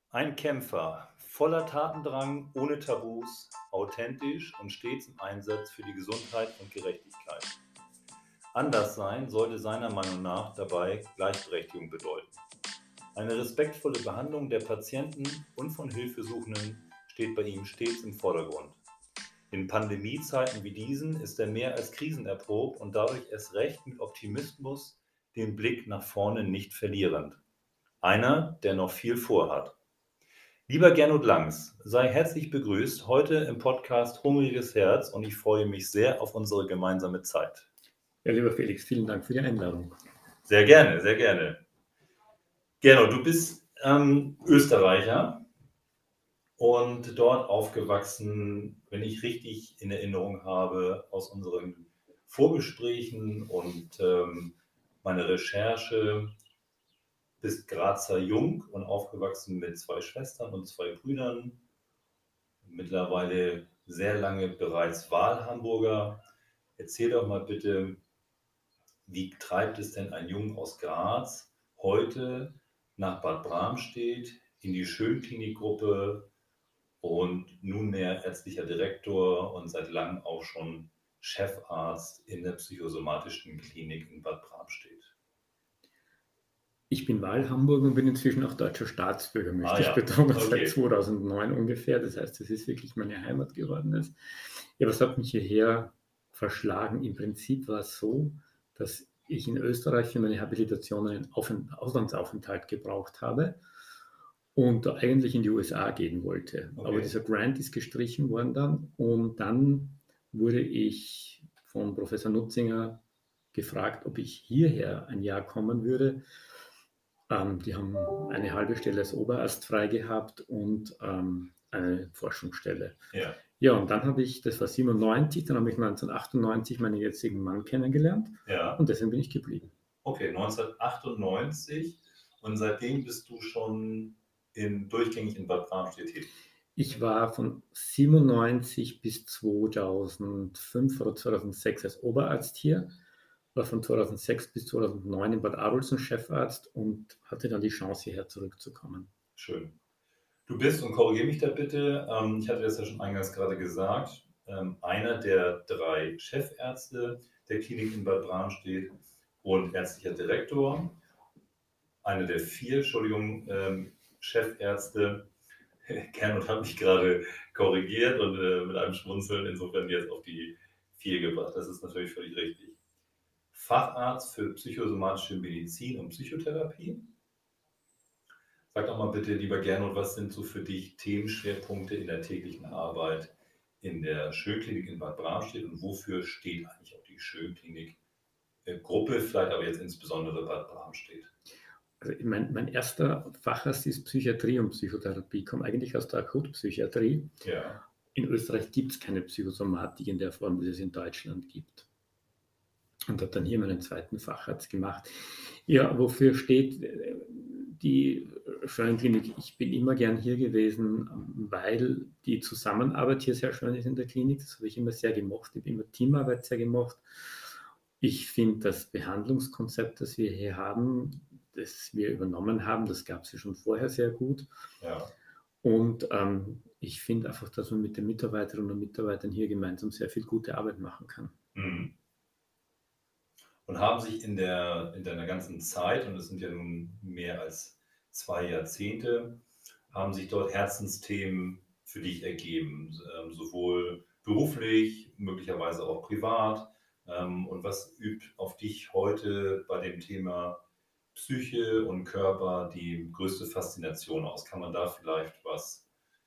Ein Kämpfer, voller Tatendrang, ohne Tabus, authentisch und stets im Einsatz für die Gesundheit und Gerechtigkeit. Anderssein sollte seiner Meinung nach dabei Gleichberechtigung bedeuten. Eine respektvolle Behandlung der Patienten und von Hilfesuchenden steht bei ihm stets im Vordergrund. In Pandemiezeiten wie diesen ist er mehr als krisenerprobt und dadurch erst recht mit Optimismus den Blick nach vorne nicht verlierend. Einer, der noch viel vorhat. Lieber Gernot Langs, sei herzlich begrüßt heute im Podcast Hungriges Herz und ich freue mich sehr auf unsere gemeinsame Zeit. Ja, lieber Felix, vielen Dank für die Einladung. Sehr gerne, sehr gerne. Gernot, du bist Österreicher und dort aufgewachsen, wenn ich richtig in Erinnerung habe, aus unseren Vorgesprächen und meiner Recherche, bist Grazer Jung und aufgewachsen mit 2 Schwestern und 2 Brüdern. Mittlerweile sehr lange bereits Wahlhamburger. Erzähl doch mal bitte, wie treibt es denn ein Jung aus Graz heute nach Bad Bramstedt in die Schönklinikgruppe und nunmehr ärztlicher Direktor und seit langem auch schon Chefarzt in der psychosomatischen Klinik in Bad Bramstedt? Ich bin Wahlhamburger und bin inzwischen auch deutscher Staatsbürger, möchte ich Ja, betonen, okay. seit 2009 ungefähr. Das heißt, es ist wirklich meine Heimat geworden ist. Ja, was hat mich hierher verschlagen? Im Prinzip war es so, dass ich in Österreich für meine Habilitation einen Auslandsaufenthalt gebraucht habe und da eigentlich in die USA gehen wollte. Okay. Aber dieser Grant ist gestrichen worden dann und dann wurde ich von Professor Nutzinger gefragt, ob ich hierher ein Jahr kommen würde. Die haben eine halbe Stelle als Oberarzt frei gehabt und eine Forschungsstelle. Ja. Ja, und dann habe ich, das war 97, dann habe ich 1998 meinen jetzigen Mann kennengelernt Ja. und deswegen bin ich geblieben. Okay, 1998 und seitdem bist du schon durchgängig in Bad Bramstedt tätig. Ich war von 97 bis 2005 oder 2006 als Oberarzt hier, war von 2006 bis 2009 in Bad Arolsen Chefarzt und hatte dann die Chance, hierher zurückzukommen. Schön. Du bist, und korrigiere mich da bitte, ich hatte das ja schon eingangs gerade gesagt, einer der 3 Chefärzte der Klinik in Bad Bramstedt und ärztlicher Direktor. Einer der 4, Entschuldigung, Chefärzte. Gernot hat mich gerade korrigiert und mit einem Schmunzeln insofern jetzt auf die 4 gebracht. Das ist natürlich völlig richtig. Facharzt für psychosomatische Medizin und Psychotherapie. Sag doch mal bitte, lieber Gernot, was sind so für dich Themenschwerpunkte in der täglichen Arbeit in der Schönklinik in Bad Bramstedt und wofür steht eigentlich auch die Schönklinik-Gruppe, vielleicht aber jetzt insbesondere Bad Bramstedt? Also mein erster Facharzt ist Psychiatrie und Psychotherapie, komme eigentlich aus der Akutpsychiatrie. Ja. In Österreich gibt es keine Psychosomatik in der Form, wie es in Deutschland gibt. Und habe dann hier meinen zweiten Facharzt gemacht. Ja, wofür steht die Schönklinik? Ich bin immer gern hier gewesen, weil die Zusammenarbeit hier sehr schön ist in der Klinik. Das habe ich immer sehr gemocht. Ich habe immer Teamarbeit sehr gemocht. Ich finde das Behandlungskonzept, das wir hier haben, das wir übernommen haben, das gab es ja schon vorher sehr gut. Ja. Und ich finde einfach, dass man mit den Mitarbeiterinnen und Mitarbeitern hier gemeinsam sehr viel gute Arbeit machen kann. Mhm. Und haben sich in deiner ganzen Zeit, und es sind ja nun mehr als 2 Jahrzehnte, haben sich dort Herzensthemen für dich ergeben, sowohl beruflich, möglicherweise auch privat. Und was übt auf dich heute bei dem Thema Psyche und Körper die größte Faszination aus? Kann man da vielleicht was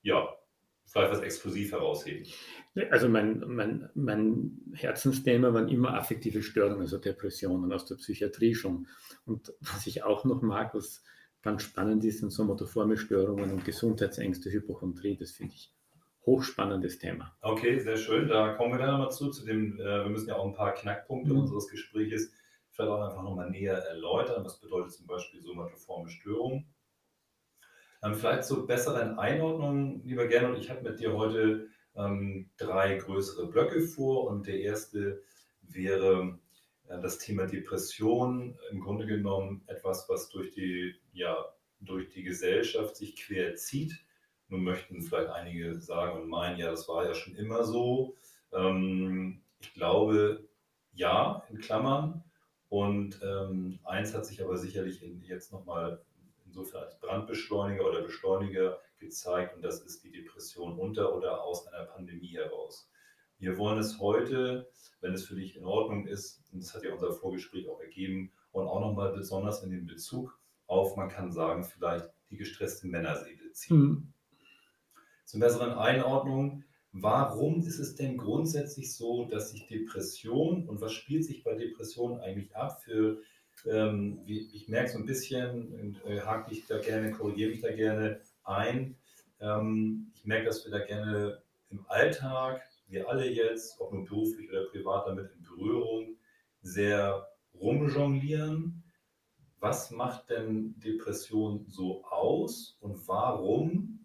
exklusiv herausheben? Also mein Herzensthema waren immer affektive Störungen, also Depressionen aus der Psychiatrie schon. Und was ich auch noch mag, was ganz spannend ist, sind somatoforme Störungen und Gesundheitsängste, Hypochondrie. Das finde ich hochspannendes Thema. Okay, sehr schön. Da kommen wir dann nochmal zu dem, wir müssen ja auch ein paar Knackpunkte unseres Gespräches vielleicht auch einfach nochmal näher erläutern. Was bedeutet zum Beispiel somatoforme Störung? Vielleicht zur besseren Einordnung, lieber Gernot, ich habe mit dir heute 3 größere Blöcke vor und der erste wäre das Thema Depression, im Grunde genommen etwas, was durch die durch die Gesellschaft sich quer zieht. Nun möchten vielleicht einige sagen und meinen, ja, das war ja schon immer so. Ich glaube, ja, in Klammern. Und eins hat sich aber sicherlich jetzt nochmal insofern als Brandbeschleuniger oder Beschleuniger gezeigt, und das ist die Depression unter oder aus einer Pandemie heraus. Wir wollen es heute, wenn es für dich in Ordnung ist, und das hat ja unser Vorgespräch auch ergeben, und auch nochmal besonders in den Bezug auf, man kann sagen, vielleicht die gestresste Männerseele ziehen. Mhm. Zur besseren Einordnung, warum ist es denn grundsätzlich so, dass sich Depression, und was spielt sich bei Depressionen eigentlich ab für, ich merke so ein bisschen, und hake dich da gerne, korrigiere mich da gerne ein, ich merke, dass wir da gerne im Alltag, wir alle jetzt, ob nur beruflich oder privat, damit in Berührung sehr rumjonglieren. Was macht denn Depression so aus und warum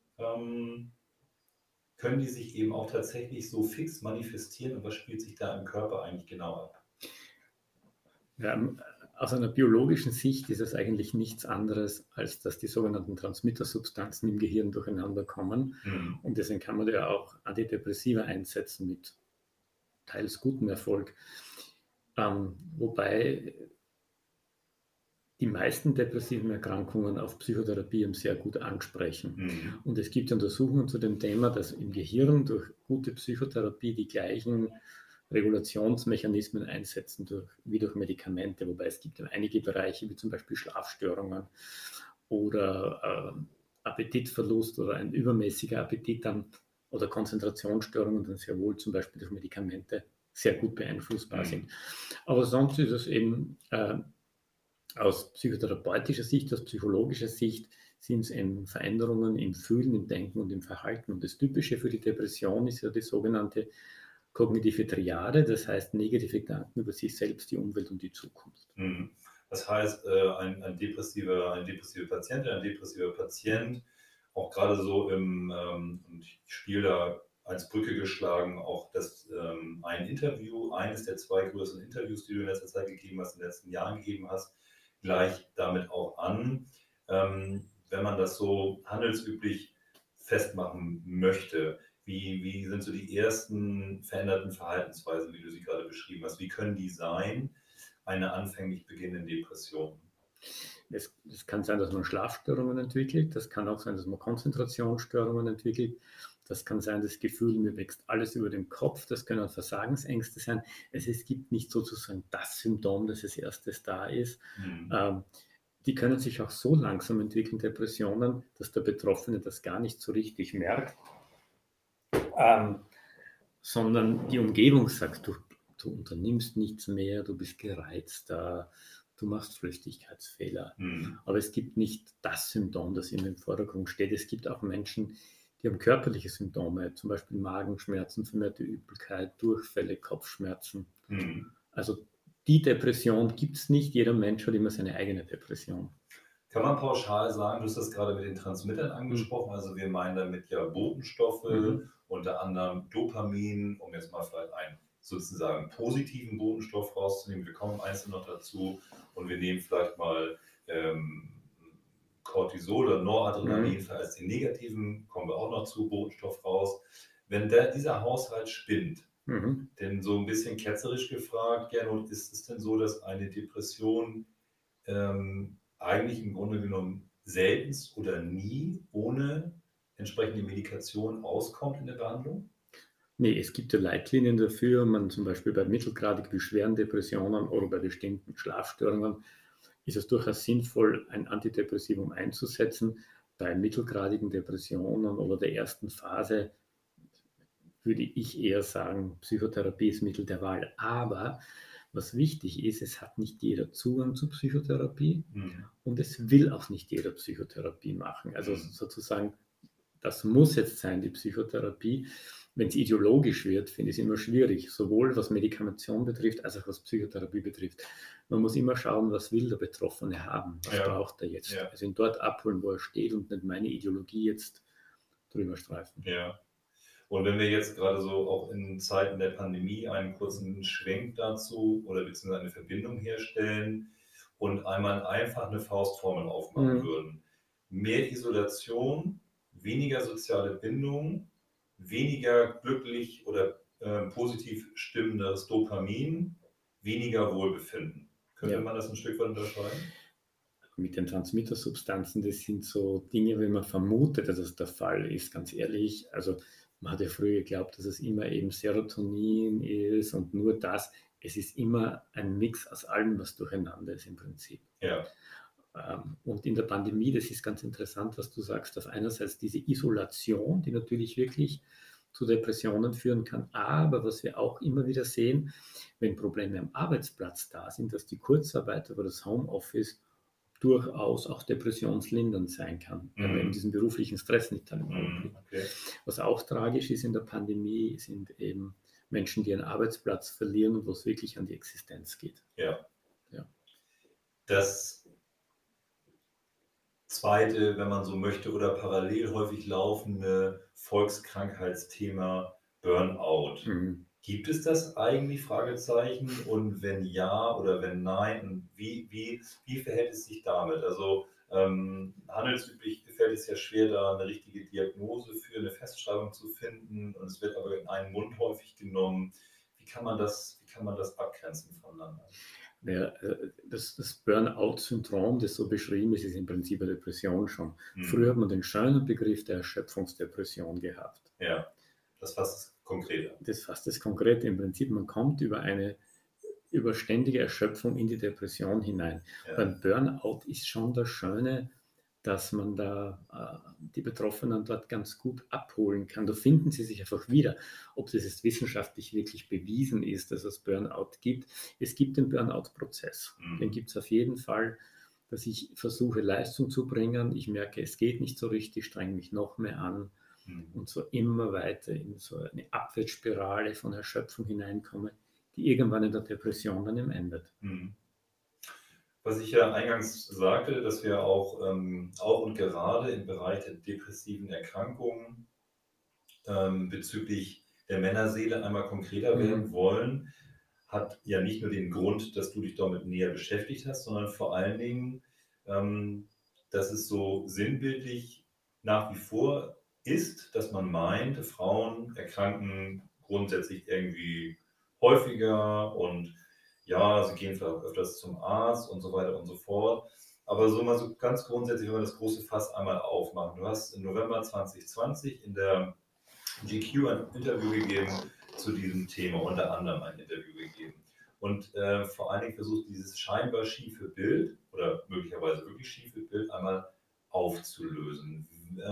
können die sich eben auch tatsächlich so fix manifestieren und was spielt sich da im Körper eigentlich genau ab? Ja, aus einer biologischen Sicht ist es eigentlich nichts anderes, als dass die sogenannten Transmittersubstanzen im Gehirn durcheinander kommen. Und deswegen kann man ja auch Antidepressiva einsetzen mit teils gutem Erfolg. Wobei die meisten depressiven Erkrankungen auf Psychotherapie sehr gut ansprechen. Und es gibt Untersuchungen zu dem Thema, dass im Gehirn durch gute Psychotherapie die gleichen Regulationsmechanismen einsetzen wie durch Medikamente, wobei es gibt einige Bereiche wie zum Beispiel Schlafstörungen oder Appetitverlust oder ein übermäßiger Appetit oder Konzentrationsstörungen dann sehr wohl zum Beispiel durch Medikamente sehr gut beeinflussbar sind. Aber sonst ist es eben aus psychotherapeutischer Sicht, aus psychologischer Sicht sind es eben Veränderungen im Fühlen, im Denken und im Verhalten. Und das Typische für die Depression ist ja die sogenannte kognitive Triade, das heißt negative Gedanken über sich selbst, die Umwelt und die Zukunft. Das heißt, ein depressiver Patient, ein depressiver Patient, auch gerade so und ich spiele da als Brücke geschlagen, auch eines der 2 größeren Interviews, die du in letzter Zeit gegeben hast, in den letzten Jahren gegeben hast, gleich damit auch an. Wenn man das so handelsüblich festmachen möchte, wie sind so die ersten veränderten Verhaltensweisen, wie du sie gerade beschrieben hast? Wie können die sein, eine anfänglich beginnende Depression? Es kann sein, dass man Schlafstörungen entwickelt, das kann auch sein, dass man Konzentrationsstörungen entwickelt, das kann sein, das Gefühl, mir wächst alles über den Kopf, das können Versagensängste sein. Es gibt nicht sozusagen das Symptom, das als erstes da ist. Die können sich auch so langsam entwickeln, Depressionen, dass der Betroffene das gar nicht so richtig merkt, sondern die Umgebung sagt, du unternimmst nichts mehr, du bist gereizter, du machst Flüssigkeitsfehler. Aber es gibt nicht das Symptom, das immer im Vordergrund steht. Es gibt auch Menschen, die haben körperliche Symptome, zum Beispiel Magenschmerzen, vermehrte Übelkeit, Durchfälle, Kopfschmerzen. Also die Depression gibt es nicht. Jeder Mensch hat immer seine eigene Depression. Kann man pauschal sagen, du hast das gerade mit den Transmittern angesprochen, also wir meinen damit ja Botenstoffe, unter anderem Dopamin, um jetzt mal vielleicht einen sozusagen positiven Botenstoff rauszunehmen. Wir kommen einzeln noch dazu und wir nehmen vielleicht mal Cortisol oder Noradrenalin als den negativen, kommen wir auch noch zu, Botenstoff raus. Wenn dieser Haushalt spinnt, denn so ein bisschen ketzerisch gefragt, Gernot, ist es denn so, dass eine Depression eigentlich im Grunde genommen seltenst oder nie ohne entsprechende Medikation auskommt in der Behandlung? Nee, es gibt ja Leitlinien dafür, man zum Beispiel bei mittelgradig bis schweren Depressionen oder bei bestimmten Schlafstörungen ist es durchaus sinnvoll, ein Antidepressivum einzusetzen. Bei mittelgradigen Depressionen oder der ersten Phase würde ich eher sagen, Psychotherapie ist Mittel der Wahl. Aber was wichtig ist, es hat nicht jeder Zugang zu Psychotherapie und es will auch nicht jeder Psychotherapie machen. Also sozusagen, das muss jetzt sein, die Psychotherapie. Wenn es ideologisch wird, finde ich es immer schwierig, sowohl was Medikation betrifft, als auch was Psychotherapie betrifft. Man muss immer schauen, was will der Betroffene haben, was braucht er jetzt. Also ihn dort abholen, wo er steht und nicht meine Ideologie jetzt drüber streifen. Ja. Und wenn wir jetzt gerade so auch in Zeiten der Pandemie einen kurzen Schwenk dazu oder beziehungsweise eine Verbindung herstellen und einmal einfach eine Faustformel aufmachen würden. mehr Isolation, weniger soziale Bindung, weniger glücklich oder positiv stimmendes Dopamin, weniger Wohlbefinden. Könnte Ja. man das ein Stück weit unterscheiden? Mit den Transmittersubstanzen, das sind so Dinge, wie man vermutet, dass es der Fall ist, ganz ehrlich. Also man hat ja früher geglaubt, dass es immer eben Serotonin ist und nur das. Es ist immer ein Mix aus allem, was durcheinander ist im Prinzip. Ja. Und in der Pandemie, das ist ganz interessant, was du sagst, auf einerseits diese Isolation, die natürlich wirklich zu Depressionen führen kann, aber was wir auch immer wieder sehen, wenn Probleme am Arbeitsplatz da sind, dass die Kurzarbeit oder das Homeoffice durchaus auch depressionslindernd sein kann, wenn man eben diesen beruflichen Stress nicht dann im Auge kriegt. Okay. Was auch tragisch ist in der Pandemie, sind eben Menschen, die ihren Arbeitsplatz verlieren und wo es wirklich an die Existenz geht. Ja. Ja. Das zweite, wenn man so möchte, oder parallel häufig laufende Volkskrankheitsthema Burnout. Gibt es das eigentlich? Fragezeichen. Und wenn ja oder wenn nein, und wie verhält es sich damit? Also handelsüblich fällt es ja schwer, da eine richtige Diagnose für eine Festschreibung zu finden. Und es wird aber in einen Mund häufig genommen. Wie kann man das abgrenzen voneinander? Ja, das Burnout-Syndrom, das so beschrieben ist, ist im Prinzip eine Depression schon. Früher hat man den schönen Begriff der Erschöpfungsdepression gehabt. Ja, das fasst es konkreter. Das fasst es konkret. Im Prinzip, man kommt über ständige Erschöpfung in die Depression hinein. Ja. Beim Burnout ist schon das Schöne, dass man da die Betroffenen dort ganz gut abholen kann. Da finden sie sich einfach wieder. Ob das jetzt wissenschaftlich wirklich bewiesen ist, dass es Burnout gibt. Es gibt den Burnout-Prozess. Den gibt es auf jeden Fall, dass ich versuche, Leistung zu bringen. Ich merke, es geht nicht so richtig, strenge mich noch mehr an und so immer weiter in so eine Abwärtsspirale von Erschöpfung hineinkomme, die irgendwann in der Depression dann eben endet. Was ich ja eingangs sagte, dass wir auch und gerade im Bereich der depressiven Erkrankungen bezüglich der Männerseele einmal konkreter werden wollen, hat ja nicht nur den Grund, dass du dich damit näher beschäftigt hast, sondern vor allen Dingen, dass es so sinnbildlich nach wie vor ist, dass man meint, Frauen erkranken grundsätzlich irgendwie häufiger und ja, sie gehen vielleicht öfters zum Arzt und so weiter und so fort. Aber so mal so ganz grundsätzlich, wenn wir das große Fass einmal aufmachen. Du hast im November 2020 in der GQ ein Interview gegeben zu diesem Thema, unter anderem ein Interview gegeben. Und vor allen Dingen versucht, dieses scheinbar schiefe Bild oder möglicherweise wirklich schiefe Bild einmal aufzulösen.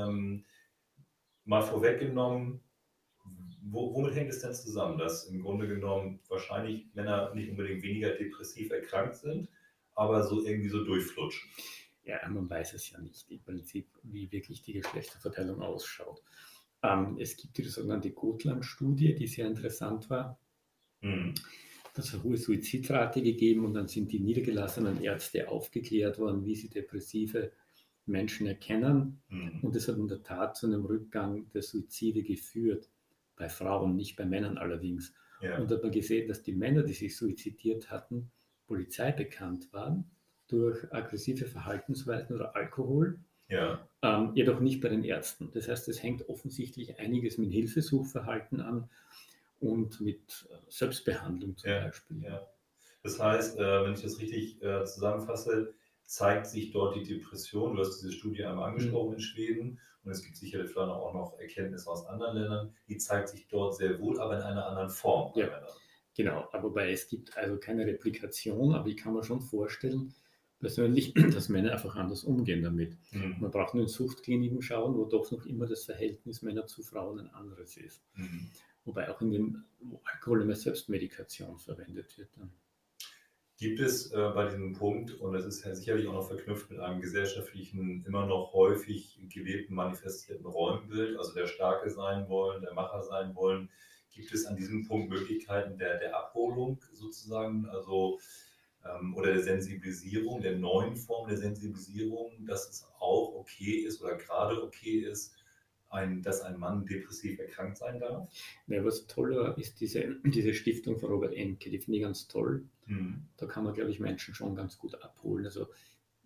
Mal vorweggenommen, womit hängt es denn zusammen, dass im Grunde genommen wahrscheinlich Männer nicht unbedingt weniger depressiv erkrankt sind, aber so irgendwie so durchflutschen? Ja, man weiß es ja nicht im Prinzip, wie wirklich die Geschlechterverteilung ausschaut. Es gibt die sogenannte Gotland-Studie, die sehr interessant war. Das hat eine hohe Suizidrate gegeben und dann sind die niedergelassenen Ärzte aufgeklärt worden, wie sie depressive Menschen erkennen. Und das hat in der Tat zu einem Rückgang der Suizide geführt. Bei Frauen, nicht bei Männern allerdings. Ja. Und da hat man gesehen, dass die Männer, die sich suizidiert hatten, Polizei bekannt waren durch aggressive Verhaltensweisen oder Alkohol, jedoch nicht bei den Ärzten. Das heißt, es hängt offensichtlich einiges mit Hilfesuchverhalten an und mit Selbstbehandlung zum Beispiel. Ja. Das heißt, wenn ich das richtig zusammenfasse, zeigt sich dort die Depression. Du hast diese Studie einmal angesprochen in Schweden und es gibt sicherlich vielleicht auch noch Erkenntnisse aus anderen Ländern. Die zeigt sich dort sehr wohl, aber in einer anderen Form. Ja, genau. Wobei es gibt also keine Replikation, aber ich kann mir schon vorstellen, persönlich, dass Männer einfach anders umgehen damit. Man braucht nur in Suchtkliniken schauen, wo doch noch immer das Verhältnis Männer zu Frauen ein anderes ist. Wobei auch in dem Alkohol immer Selbstmedikation verwendet wird. Dann. Gibt es bei diesem Punkt, und das ist ja sicherlich auch noch verknüpft mit einem gesellschaftlichen, immer noch häufig gewählten, manifestierten Rollenbild, also der Starke sein wollen, der Macher sein wollen, gibt es an diesem Punkt Möglichkeiten der Abholung sozusagen, also oder der Sensibilisierung, der neuen Form der Sensibilisierung, dass es auch okay ist oder gerade okay ist, dass ein Mann depressiv erkrankt sein darf? Ja, was toll war, ist diese Stiftung von Robert Enke, die finde ich ganz toll. Da kann man, glaube ich, Menschen schon ganz gut abholen. Also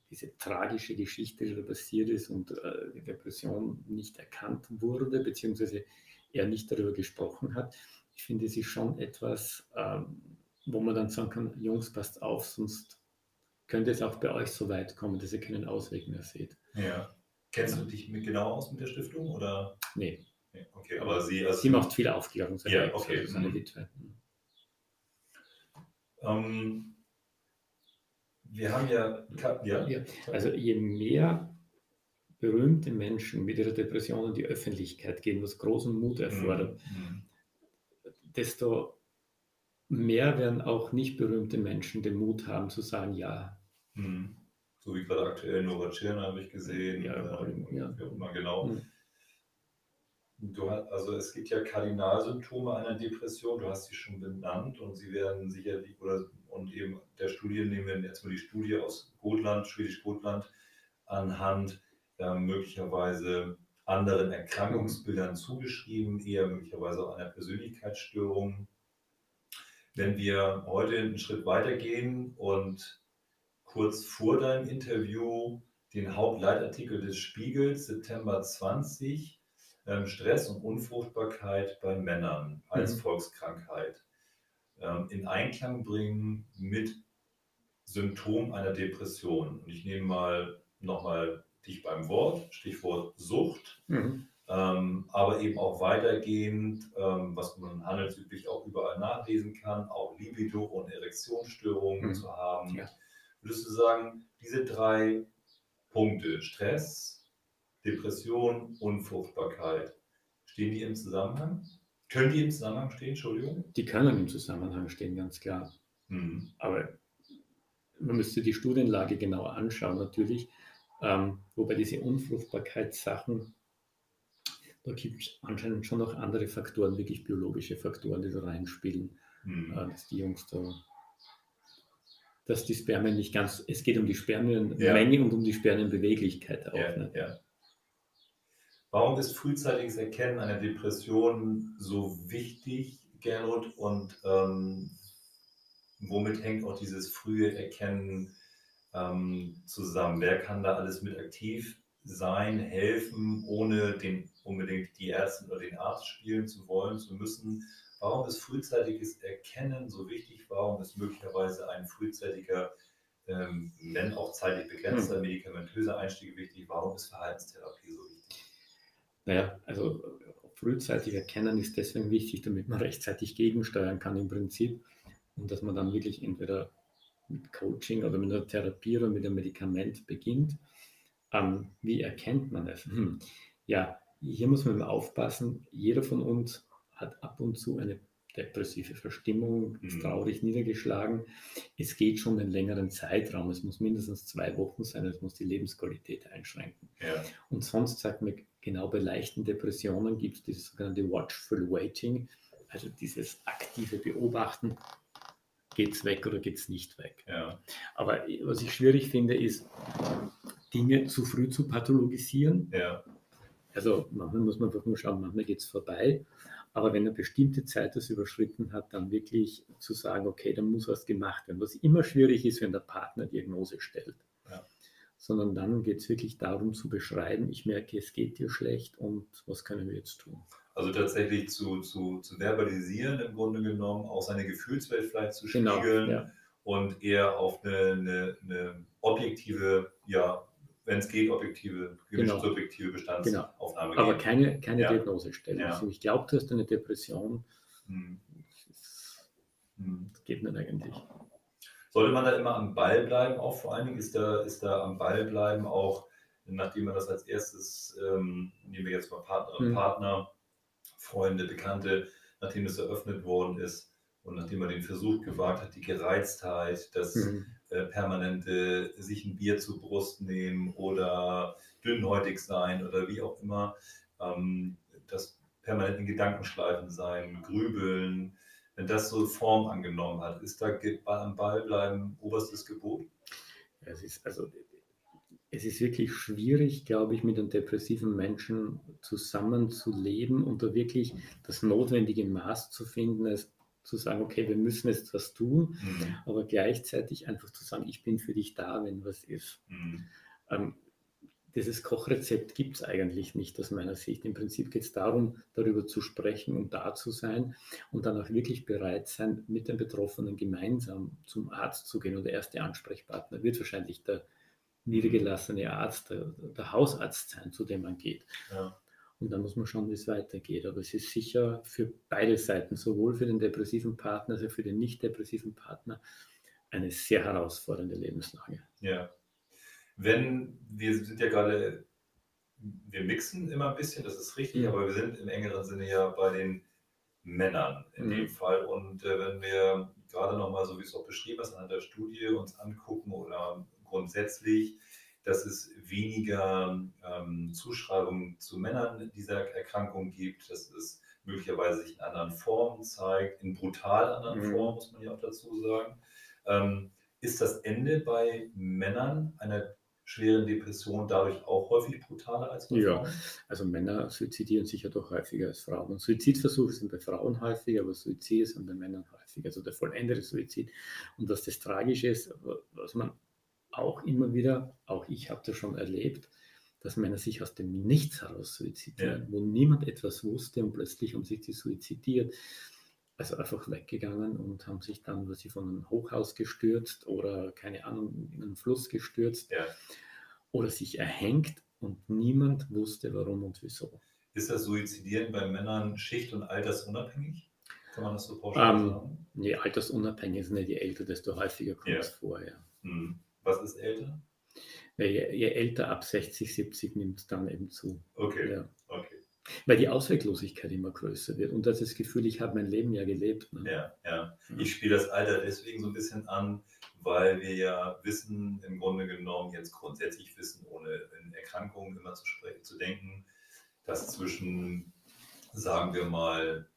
diese tragische Geschichte, die da passiert ist und die Depression nicht erkannt wurde, beziehungsweise er nicht darüber gesprochen hat. Ich finde, es ist schon etwas, wo man dann sagen kann, Jungs, passt auf, sonst könnte es auch bei euch so weit kommen, dass ihr keinen Ausweg mehr seht. Ja. Kennst du dich genau aus mit der Stiftung? Oder? Nee. Okay, aber sie macht viel Aufklärungsarbeit. Ja, okay. Also seine Witwe. Wir haben ja. Also je mehr berühmte Menschen mit ihrer Depression in die Öffentlichkeit gehen, was großen Mut erfordert, desto mehr werden auch nicht berühmte Menschen den Mut haben zu sagen, ja. So wie gerade aktuell Nora Tschirner habe ich gesehen. Genau. Also es gibt ja Kardinalsymptome einer Depression, du hast sie schon benannt und sie werden sicherlich, und eben der Studie nehmen wir jetzt mal die Studie aus Gotland, Schwedisch Gotland, anhand möglicherweise anderen Erkrankungsbildern zugeschrieben, eher möglicherweise auch einer Persönlichkeitsstörung. Wenn wir heute einen Schritt weitergehen und kurz vor deinem Interview den Hauptleitartikel des Spiegels, September 20, Stress und Unfruchtbarkeit bei Männern als Volkskrankheit, in Einklang bringen mit Symptomen einer Depression. Und ich nehme nochmal dich beim Wort, Stichwort Sucht, aber eben auch weitergehend, was man handelsüblich auch überall nachlesen kann, auch Libido- und Erektionsstörungen zu haben. Ja. Würdest du sagen, diese 3 Punkte, Stress, Depression, Unfruchtbarkeit, stehen die im Zusammenhang? Können die im Zusammenhang stehen, Entschuldigung? Die können im Zusammenhang stehen, ganz klar. Aber man müsste die Studienlage genauer anschauen, natürlich. Wobei diese Unfruchtbarkeitssachen, da gibt es anscheinend schon noch andere Faktoren, wirklich biologische Faktoren, die da reinspielen, dass die Jungs da, dass die Spermien nicht ganz, es geht um die Spermienmenge und um die Spermienbeweglichkeit auch. Ja. Warum ist frühzeitiges Erkennen einer Depression so wichtig, Gernot, und womit hängt auch dieses frühe Erkennen zusammen? Wer kann da alles mit aktiv sein, helfen, ohne unbedingt die Ärztin oder den Arzt spielen zu wollen, zu müssen? Warum ist frühzeitiges Erkennen so wichtig? Warum ist möglicherweise ein frühzeitiger, wenn auch zeitlich begrenzter, medikamentöser Einstieg wichtig? Warum ist Verhaltenstherapie so wichtig? Naja, also frühzeitig erkennen ist deswegen wichtig, damit man rechtzeitig gegensteuern kann im Prinzip und dass man dann wirklich entweder mit Coaching oder mit einer Therapie oder mit einem Medikament beginnt. Wie erkennt man das? Ja, hier muss man aufpassen. Jeder von uns hat ab und zu eine depressive Verstimmung, ist traurig niedergeschlagen. Es geht schon einen längeren Zeitraum. Es muss mindestens 2 Wochen sein. Es muss die Lebensqualität einschränken. Ja. Und sonst sagt man, genau bei leichten Depressionen gibt es dieses sogenannte Watchful Waiting, also dieses aktive Beobachten. Geht es weg oder geht es nicht weg? Ja. Aber was ich schwierig finde, ist, Dinge zu früh zu pathologisieren. Ja. Also manchmal muss man einfach nur schauen, manchmal geht es vorbei. Aber wenn eine bestimmte Zeit das überschritten hat, dann wirklich zu sagen, okay, dann muss was gemacht werden. Was immer schwierig ist, wenn der Partner Diagnose stellt. Ja. Sondern dann geht es wirklich darum zu beschreiben, ich merke, es geht dir schlecht und was können wir jetzt tun? Also tatsächlich zu verbalisieren im Grunde genommen, auch seine Gefühlswelt vielleicht zu spiegeln und eher auf eine objektive, wenn es geht, objektive, subjektive Bestandsaufnahme gehen. Aber keine Diagnose stellen. Ja. Also ich glaube, du hast eine Depression. Das geht nicht eigentlich. Sollte man da immer am Ball bleiben, auch vor allen Dingen ist da am Ball bleiben auch, nachdem man das als erstes, nehmen wir jetzt mal Partner, Freunde, Bekannte, nachdem es eröffnet worden ist und nachdem man den Versuch gewagt hat, die Gereiztheit, das permanente sich ein Bier zur Brust nehmen oder dünnhäutig sein oder wie auch immer, das permanent in Gedankenschleifen sein, grübeln, wenn das so Form angenommen hat, ist da am Ball bleiben oberstes Gebot? Ja, es ist wirklich schwierig, glaube ich, mit einem depressiven Menschen zusammenzuleben und da wirklich das notwendige Maß zu finden, es zu sagen, okay, wir müssen jetzt was tun, aber gleichzeitig einfach zu sagen, ich bin für dich da, wenn was ist. Ähm, Dieses Kochrezept gibt es eigentlich nicht aus meiner Sicht. Im Prinzip geht es darum, darüber zu sprechen und da zu sein und dann auch wirklich bereit sein, mit den Betroffenen gemeinsam zum Arzt zu gehen. Und der erste Ansprechpartner wird wahrscheinlich der niedergelassene Arzt, der Hausarzt sein, zu dem man geht. Ja. Und dann muss man schauen, wie es weitergeht. Aber es ist sicher für beide Seiten, sowohl für den depressiven Partner als auch für den nicht depressiven Partner, eine sehr herausfordernde Lebenslage. Ja. Wir sind ja gerade, wir mixen immer ein bisschen, das ist richtig, aber wir sind im engeren Sinne ja bei den Männern in dem Fall. Und wenn wir gerade nochmal, so wie es auch beschrieben ist, anhand der Studie uns angucken oder grundsätzlich, dass es weniger Zuschreibungen zu Männern dieser Erkrankung gibt, dass es möglicherweise sich in anderen Formen zeigt, in brutal anderen Formen, muss man ja auch dazu sagen. Ist das Ende bei Männern einer schweren Depression dadurch auch häufig brutaler als bei Frauen? Ja, also Männer suizidieren sich ja doch häufiger als Frauen. Und Suizidversuche sind bei Frauen häufiger, aber Suizide sind bei Männern häufiger, also der vollendete Suizid. Und was das Tragische ist, was man auch immer wieder, auch ich habe das schon erlebt, dass Männer sich aus dem Nichts heraus suizidieren, wo niemand etwas wusste und plötzlich haben sich die suizidiert. Also einfach weggegangen und haben sich dann, was sie von einem Hochhaus gestürzt oder keine Ahnung, in einen Fluss gestürzt oder sich erhängt und niemand wusste, warum und wieso. Ist das Suizidieren bei Männern schicht- und altersunabhängig? Kann man das so pauschal sagen? Nee, altersunabhängig ist nicht, je älter, desto häufiger kommt es vor. Ja. Was ist älter? Je älter, ab 60, 70 nimmt es dann eben zu. Okay. Ja. Weil die Ausweglosigkeit immer größer wird und das Gefühl, ich habe mein Leben ja gelebt. Ne? Ja. Ich spiele das Alter deswegen so ein bisschen an, weil wir ja wissen, im Grunde genommen jetzt grundsätzlich wissen, ohne in Erkrankungen immer zu denken, dass zwischen, sagen wir mal,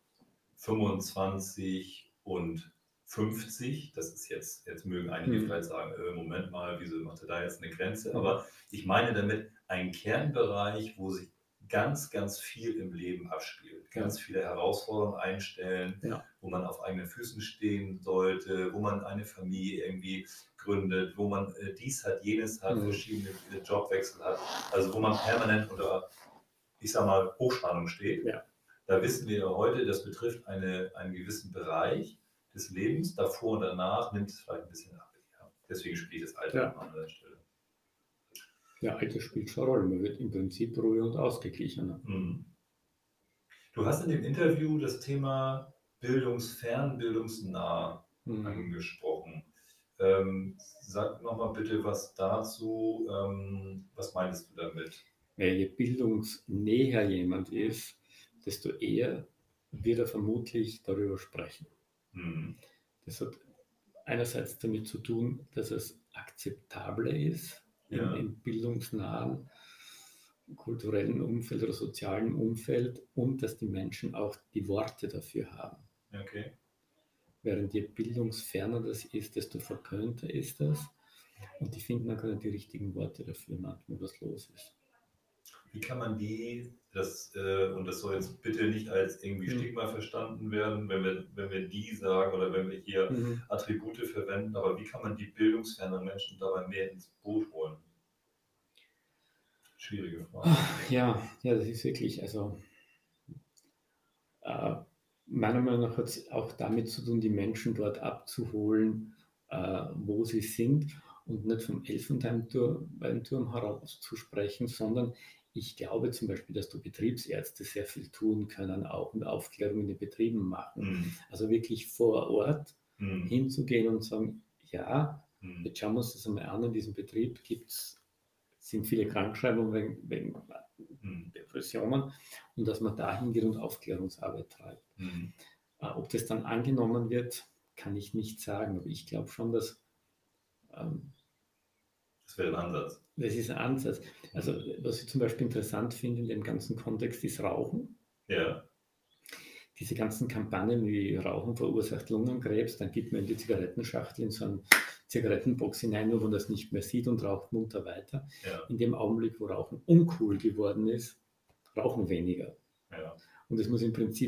25 und 50, das ist jetzt mögen einige vielleicht sagen, Moment mal, wieso macht er da jetzt eine Grenze? Aber ich meine damit einen Kernbereich, wo sich ganz, ganz viel im Leben abspielt. Ganz viele Herausforderungen einstellen, wo man auf eigenen Füßen stehen sollte, wo man eine Familie irgendwie gründet, wo man dies hat, jenes hat, verschiedene Jobwechsel hat, also wo man permanent unter, ich sag mal, Hochspannung steht. Ja. Da wissen wir ja heute, das betrifft einen gewissen Bereich des Lebens. Davor und danach nimmt es vielleicht ein bisschen ab. Ja. Deswegen spielt das Alter an der Stelle. Ja, Alter spielt schon eine Rolle. Man wird im Prinzip ruhiger und ausgeglichener. Du hast in dem Interview das Thema bildungsfern, bildungsnah angesprochen. Sag nochmal bitte was dazu. Was meinst du damit? Je bildungsnäher jemand ist, desto eher wird er vermutlich darüber sprechen. Das hat einerseits damit zu tun, dass es akzeptabler ist, im bildungsnahen, kulturellen Umfeld oder sozialen Umfeld und dass die Menschen auch die Worte dafür haben. Okay. Während je bildungsferner das ist, desto verpönter ist das und die finden dann gar nicht die richtigen Worte dafür, manchmal was los ist. Wie kann man und das soll jetzt bitte nicht als irgendwie Stigma verstanden werden, wenn wir die sagen oder wenn wir hier Attribute verwenden, aber wie kann man die bildungsfernen Menschen dabei mehr ins Boot holen? Schwierige Frage. Ja, das ist wirklich, also meiner Meinung nach hat es auch damit zu tun, die Menschen dort abzuholen, wo sie sind und nicht vom Elfenbeinturm heraus zu sprechen, sondern ich glaube zum Beispiel, dass die Betriebsärzte sehr viel tun können auch und Aufklärung in den Betrieben machen. Also wirklich vor Ort hinzugehen und sagen, jetzt schauen wir uns das einmal an, in diesem Betrieb sind viele Krankschreibungen wegen Depressionen und dass man da hingeht und Aufklärungsarbeit treibt. Ob das dann angenommen wird, kann ich nicht sagen, aber ich glaube schon, dass das wäre ein Ansatz. Das ist ein Ansatz. Also was ich zum Beispiel interessant finde in dem ganzen Kontext ist Rauchen. Ja. Diese ganzen Kampagnen wie Rauchen verursacht Lungenkrebs, dann gibt man in die Zigarettenschachtel in so eine Zigarettenbox hinein, wo man das nicht mehr sieht und raucht munter weiter. Ja. In dem Augenblick, wo Rauchen uncool geworden ist, rauchen weniger. Ja. Und es muss im Prinzip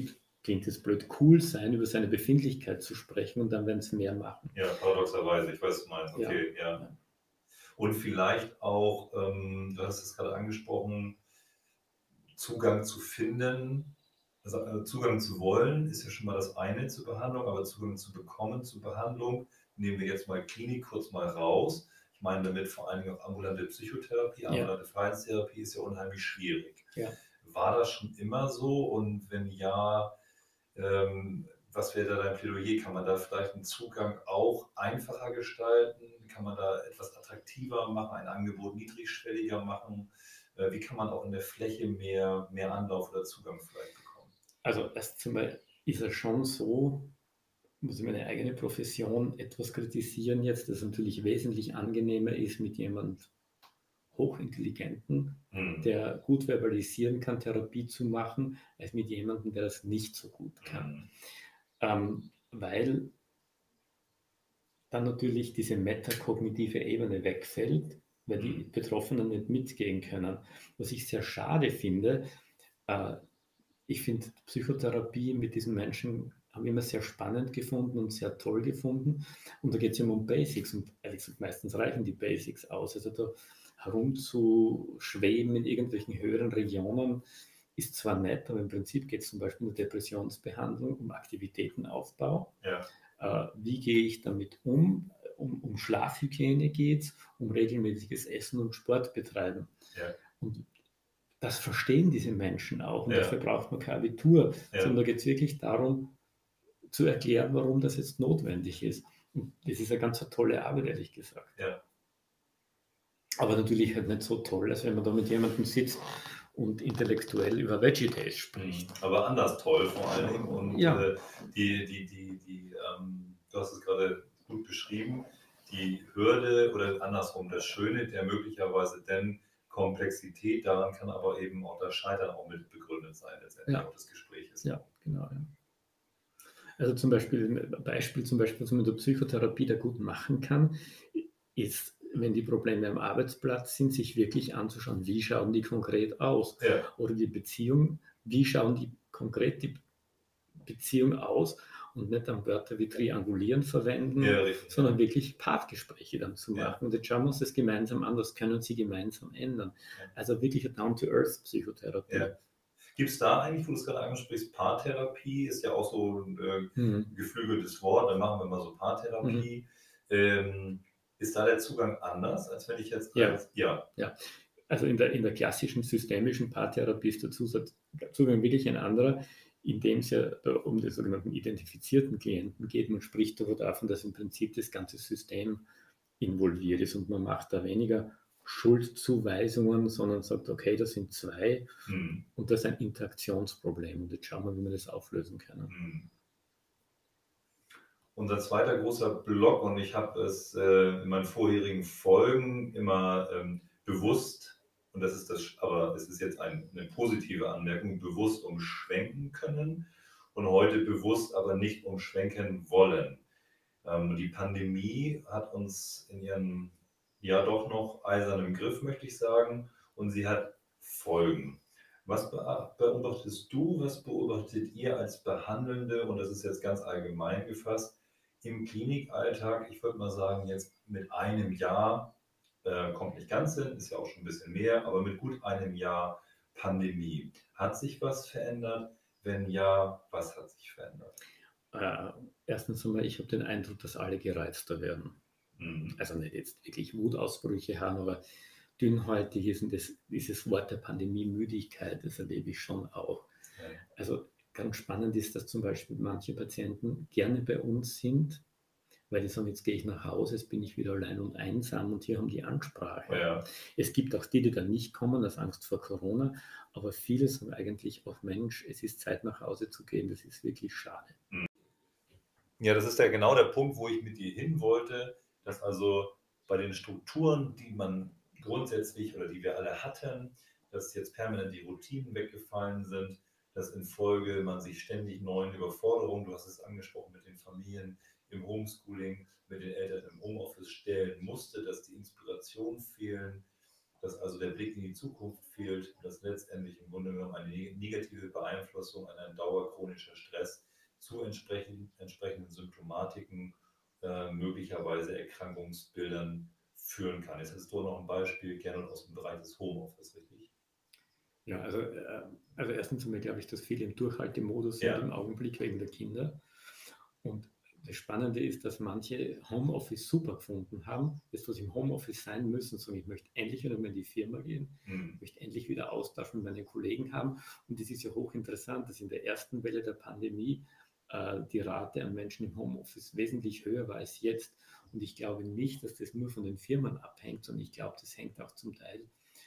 klingt es blöd, cool sein, über seine Befindlichkeit zu sprechen und dann werden es mehr machen. Ja, paradoxerweise, ich weiß, was du meinst. Okay, ja. Ja. Und vielleicht auch, du hast es gerade angesprochen, Zugang zu finden, also Zugang zu wollen, ist ja schon mal das eine zur Behandlung, aber Zugang zu bekommen zur Behandlung, nehmen wir jetzt mal Klinik kurz mal raus. Ich meine damit vor allen Dingen auch ambulante Psychotherapie, ambulante Verhaltenstherapie ist ja unheimlich schwierig. Ja. War das schon immer so? Und wenn ja, was wäre da dein Plädoyer? Kann man da vielleicht einen Zugang auch einfacher gestalten? Kann man da etwas attraktiver machen, ein Angebot niedrigschwelliger machen? Wie kann man auch in der Fläche mehr Anlauf oder Zugang vielleicht bekommen? Also erst einmal ist es schon so, muss ich meine eigene Profession etwas kritisieren jetzt, dass es natürlich wesentlich angenehmer ist, mit jemandem Hochintelligenten, der gut verbalisieren kann, Therapie zu machen, als mit jemandem, der das nicht so gut kann. Weil dann natürlich diese metakognitive Ebene wegfällt, weil die Betroffenen nicht mitgehen können. Was ich sehr schade finde, ich finde Psychotherapie mit diesen Menschen haben immer sehr spannend gefunden und sehr toll gefunden. Und da geht es immer um Basics. Und ehrlich gesagt, meistens reichen die Basics aus. Also da herumzuschweben in irgendwelchen höheren Regionen ist zwar nett, aber im Prinzip geht es zum Beispiel in der Depressionsbehandlung um Aktivitätenaufbau. Wie gehe ich damit um? Um Schlafhygiene geht es, um regelmäßiges Essen und Sport betreiben. Und das verstehen diese Menschen auch und dafür braucht man kein Abitur, sondern da geht es wirklich darum, zu erklären, warum das jetzt notwendig ist. Und das ist eine ganz tolle Arbeit, ehrlich gesagt. Aber natürlich halt nicht so toll, als wenn man da mit jemandem sitzt und intellektuell über Veggie-Days spricht. Aber anders toll vor allen Dingen. Und du hast es gerade gut beschrieben, die Hürde oder andersrum das Schöne der möglicherweise denn Komplexität, daran kann aber eben auch das Scheitern auch mit begründet sein, letztendlich auch des Gesprächs. Ja, genau. Ja. Also zum Beispiel, was man in der Psychotherapie da gut machen kann, ist, wenn die Probleme am Arbeitsplatz sind, sich wirklich anzuschauen, wie schauen die konkret aus? Oder die Beziehung, wie schauen die konkret die Beziehung aus? Und nicht dann Wörter wie triangulieren verwenden, sondern wirklich Paargespräche dann zu machen. Und jetzt schauen wir uns das gemeinsam an, was können sie gemeinsam ändern. Also wirklich eine Down-to-Earth-Psychotherapie. Gibt es da eigentlich, wo du es gerade ansprichst, Paartherapie ist ja auch so ein geflügeltes Wort, dann machen wir mal so Paartherapie. Ist da der Zugang anders, als wenn ich jetzt... Ja. Also in der klassischen systemischen Paartherapie ist der Zugang wirklich ein anderer, indem es ja um den sogenannten identifizierten Klienten geht. Man spricht aber davon, dass im Prinzip das ganze System involviert ist und man macht da weniger Schuldzuweisungen, sondern sagt, okay, das sind zwei und das ist ein Interaktionsproblem und jetzt schauen wir, wie wir das auflösen können. Unser zweiter großer Block, und ich habe es in meinen vorherigen Folgen immer bewusst, und das ist das, aber es ist jetzt eine positive Anmerkung, bewusst umschwenken können und heute bewusst aber nicht umschwenken wollen. Die Pandemie hat uns in ihrem ja doch noch eisernen Griff, möchte ich sagen, und sie hat Folgen. Was beobachtest du, was beobachtet ihr als Behandelnde, und das ist jetzt ganz allgemein gefasst, im Klinikalltag? Ich würde mal sagen, jetzt mit einem Jahr, kommt nicht ganz hin, ist ja auch schon ein bisschen mehr, aber mit gut einem Jahr Pandemie. Hat sich was verändert? Wenn ja, was hat sich verändert? Erstens einmal, ich habe den Eindruck, dass alle gereizter werden. Also nicht jetzt wirklich Wutausbrüche haben, aber dünnhäutig ist und dieses Wort der Pandemie-Müdigkeit, das erlebe ich schon auch. Also ganz spannend ist, dass zum Beispiel manche Patienten gerne bei uns sind, weil die sagen, jetzt gehe ich nach Hause, jetzt bin ich wieder allein und einsam und hier haben die Ansprache. Es gibt auch die dann nicht kommen, aus Angst vor Corona, aber viele sagen eigentlich auch, Mensch, es ist Zeit nach Hause zu gehen, das ist wirklich schade. Ja, das ist ja genau der Punkt, wo ich mit dir hin wollte, dass also bei den Strukturen, die man grundsätzlich oder die wir alle hatten, dass jetzt permanent die Routinen weggefallen sind, dass in Folge man sich ständig neuen Überforderungen, du hast es angesprochen, mit den Familien im Homeschooling, mit den Eltern im Homeoffice stellen musste, dass die Inspiration fehlen dass also der Blick in die Zukunft fehlt, dass letztendlich im Grunde genommen eine negative Beeinflussung an ein dauerchronischer Stress zu entsprechenden Symptomatiken, möglicherweise Erkrankungsbildern führen kann. Jetzt hast du noch ein Beispiel, gerne aus dem Bereich des Homeoffice, richtig? Ja, also erstens einmal glaube ich, dass viele im Durchhaltemodus sind im Augenblick wegen der Kinder. Und das Spannende ist, dass manche Homeoffice super gefunden haben, das, was im Homeoffice sein müssen, sagen, ich möchte endlich wieder mal in die Firma gehen, ich möchte endlich wieder Austausch mit meinen Kollegen haben. Und das ist ja hochinteressant, dass in der ersten Welle der Pandemie die Rate an Menschen im Homeoffice wesentlich höher war als jetzt. Und ich glaube nicht, dass das nur von den Firmen abhängt, sondern ich glaube, das hängt auch zum Teil